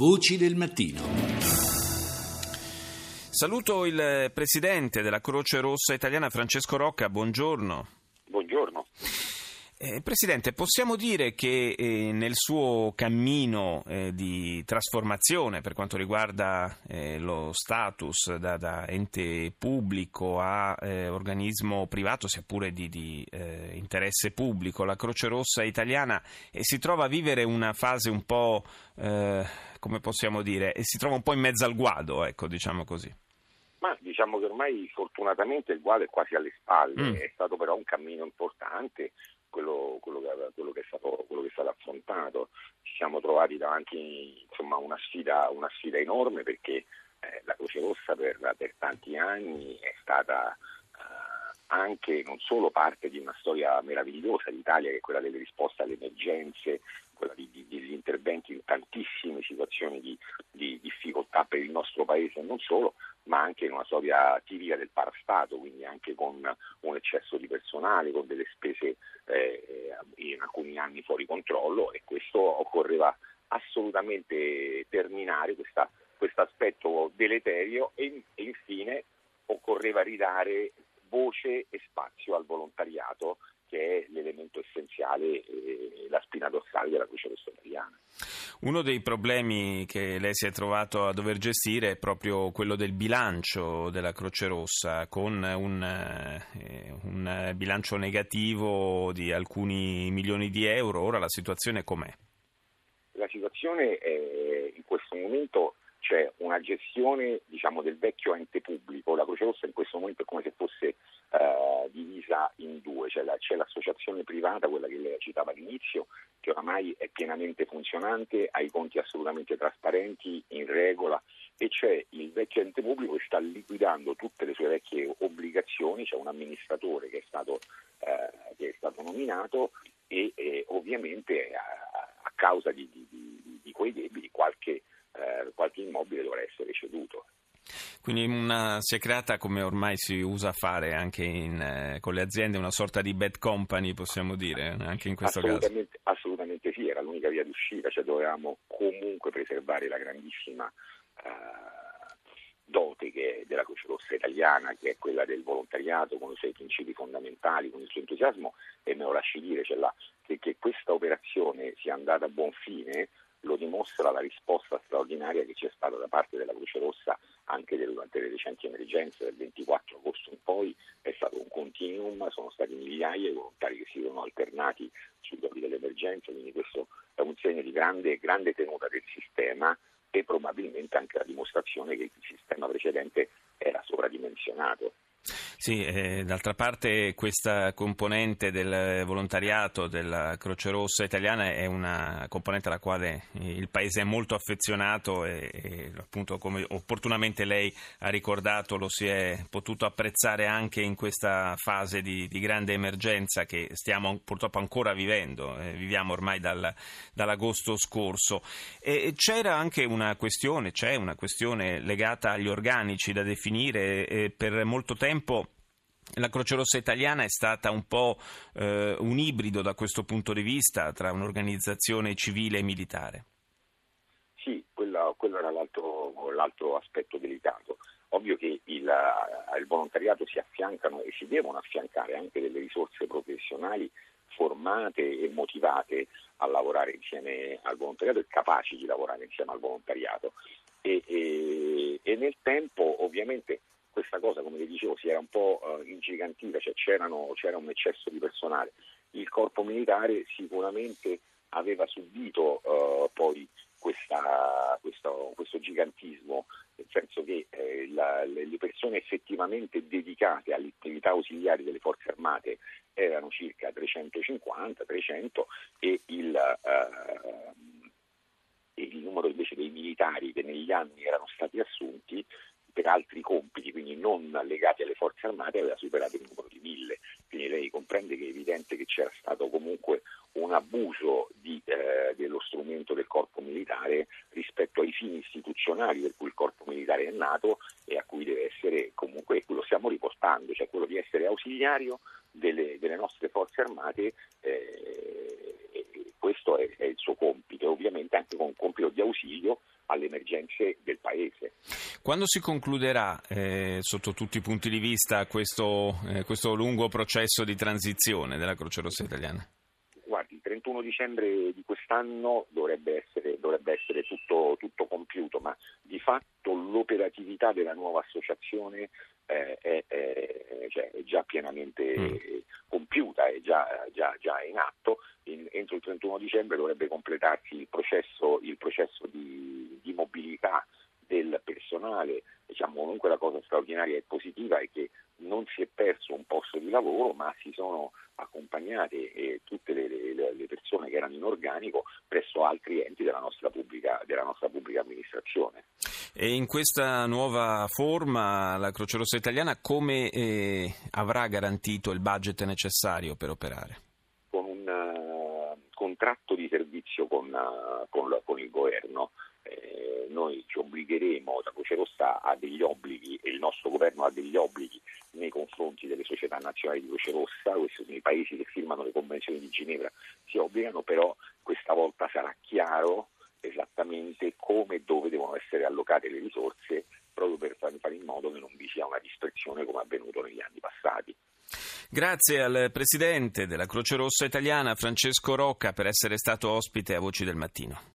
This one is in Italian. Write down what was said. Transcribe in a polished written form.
Voci del mattino. Saluto il presidente della Croce Rossa Italiana, Francesco Rocca, buongiorno. Buongiorno. Presidente, possiamo dire che nel suo cammino di trasformazione per quanto riguarda lo status da ente pubblico a organismo privato, sia pure di interesse pubblico, la Croce Rossa Italiana si trova a vivere una fase un po', come possiamo dire, si trova un po' in mezzo al guado, ecco, diciamo così. Ma diciamo che ormai fortunatamente il guado è quasi alle spalle, è stato però un cammino importante quello che è stato affrontato. Ci siamo trovati davanti una sfida enorme, perché la Croce Rossa per tanti anni è stata anche non solo parte di una storia meravigliosa d'Italia, che è quella delle risposte alle emergenze, quella degli interventi in tantissime situazioni di difficoltà per il nostro paese e non solo, ma anche in una storia tipica del parastato, quindi anche con un eccesso di personale, con delle spese in alcuni anni fuori controllo, e questo occorreva assolutamente terminare questo aspetto deleterio e infine occorreva ridare voce e spazio al volontariato, che è l'elemento essenziale, la spina dorsale della Croce Rossa Italiana. Uno dei problemi che lei si è trovato a dover gestire è proprio quello del bilancio della Croce Rossa, con un bilancio negativo di alcuni milioni di euro. Ora la situazione com'è? La situazione è, in questo momento c'è una gestione del vecchio ente pubblico. La Croce Rossa in questo momento è come se fosse divisa in due, c'è l'associazione privata, quella che lei citava all'inizio, che oramai è pienamente funzionante, ha i conti assolutamente trasparenti, in regola, e c'è il vecchio ente pubblico che sta liquidando tutte le sue vecchie obbligazioni. C'è un amministratore che è stato nominato e ovviamente a causa di quei debiti qualche immobile dovrà essere ceduto. Quindi si è creata, come ormai si usa fare anche con le aziende, una sorta di bad company, possiamo dire, anche in questo caso. Assolutamente sì, era l'unica via d'uscita, dovevamo comunque preservare la grandissima dote che è della Croce Rossa Italiana, che è quella del volontariato, con i suoi principi fondamentali, con il suo entusiasmo, e me lo lasci dire, che questa operazione sia andata a buon fine lo dimostra la risposta straordinaria che c'è stata da parte della Croce Rossa anche durante le recenti emergenze del 24 agosto in poi. È stato un continuum, sono stati migliaia i volontari che si sono alternati sui luoghi delle emergenze, quindi questo è un segno di grande tenuta del sistema, e probabilmente anche la dimostrazione che il sistema precedente era sovradimensionato. Sì, d'altra parte questa componente del volontariato della Croce Rossa Italiana è una componente alla quale il Paese è molto affezionato e appunto, come opportunamente lei ha ricordato, lo si è potuto apprezzare anche in questa fase di grande emergenza che stiamo purtroppo ancora vivendo, viviamo ormai dall'agosto scorso. E c'era anche c'è una questione legata agli organici da definire. Per molto tempo la Croce Rossa Italiana è stata un po' un ibrido da questo punto di vista tra un'organizzazione civile e militare. Sì, quello era l'altro aspetto delicato. Ovvio che il volontariato si affiancano e si devono affiancare anche delle risorse professionali formate e motivate a lavorare insieme al volontariato e capaci di lavorare insieme al volontariato. E nel tempo ovviamente questa cosa, come vi dicevo, si era un po' ingigantita, c'era un eccesso di personale. Il corpo militare sicuramente aveva subito poi questo gigantismo, nel senso che le persone effettivamente dedicate alle attività ausiliari delle forze armate erano circa 350-300 e il numero invece dei militari che negli anni erano stati assunti per altri compiti, quindi non legati alle forze armate, aveva superato il numero di 1000. Quindi lei comprende che è evidente che c'era stato comunque un abuso dello strumento del corpo militare rispetto ai fini istituzionali per cui il corpo militare è nato e a cui deve essere comunque, lo stiamo riportando, cioè quello di essere ausiliario delle nostre forze armate. Questo è il suo compito, e ovviamente anche con un compito di ausilio alle emergenze del Paese. Quando si concluderà, sotto tutti i punti di vista, questo lungo processo di transizione della Croce Rossa italiana? Guardi, il 31 dicembre di quest'anno dovrebbe essere tutto compiuto, ma di fatto l'operatività della nuova associazione è già pienamente compiuta, è già in atto. Entro il 31 dicembre dovrebbe completarsi il processo di mobilità del personale. Comunque la cosa straordinaria e positiva è che non si è perso un posto di lavoro, ma si sono accompagnate tutte le persone che erano in organico presso altri enti della nostra pubblica amministrazione. E in questa nuova forma la Croce Rossa italiana come avrà garantito il budget necessario per operare? Con un contratto di servizio con il governo. Noi ci obbligheremo, la Croce Rossa ha degli obblighi e il nostro governo ha degli obblighi nei confronti delle società nazionali di Croce Rossa. Questi sono i paesi che firmano le convenzioni di Ginevra, si obbligano, però questa volta sarà chiaro esattamente come e dove devono essere allocate le risorse, proprio per fare in modo che non vi sia una dispersione come è avvenuto negli anni passati. Grazie al presidente della Croce Rossa italiana Francesco Rocca per essere stato ospite a Voci del Mattino.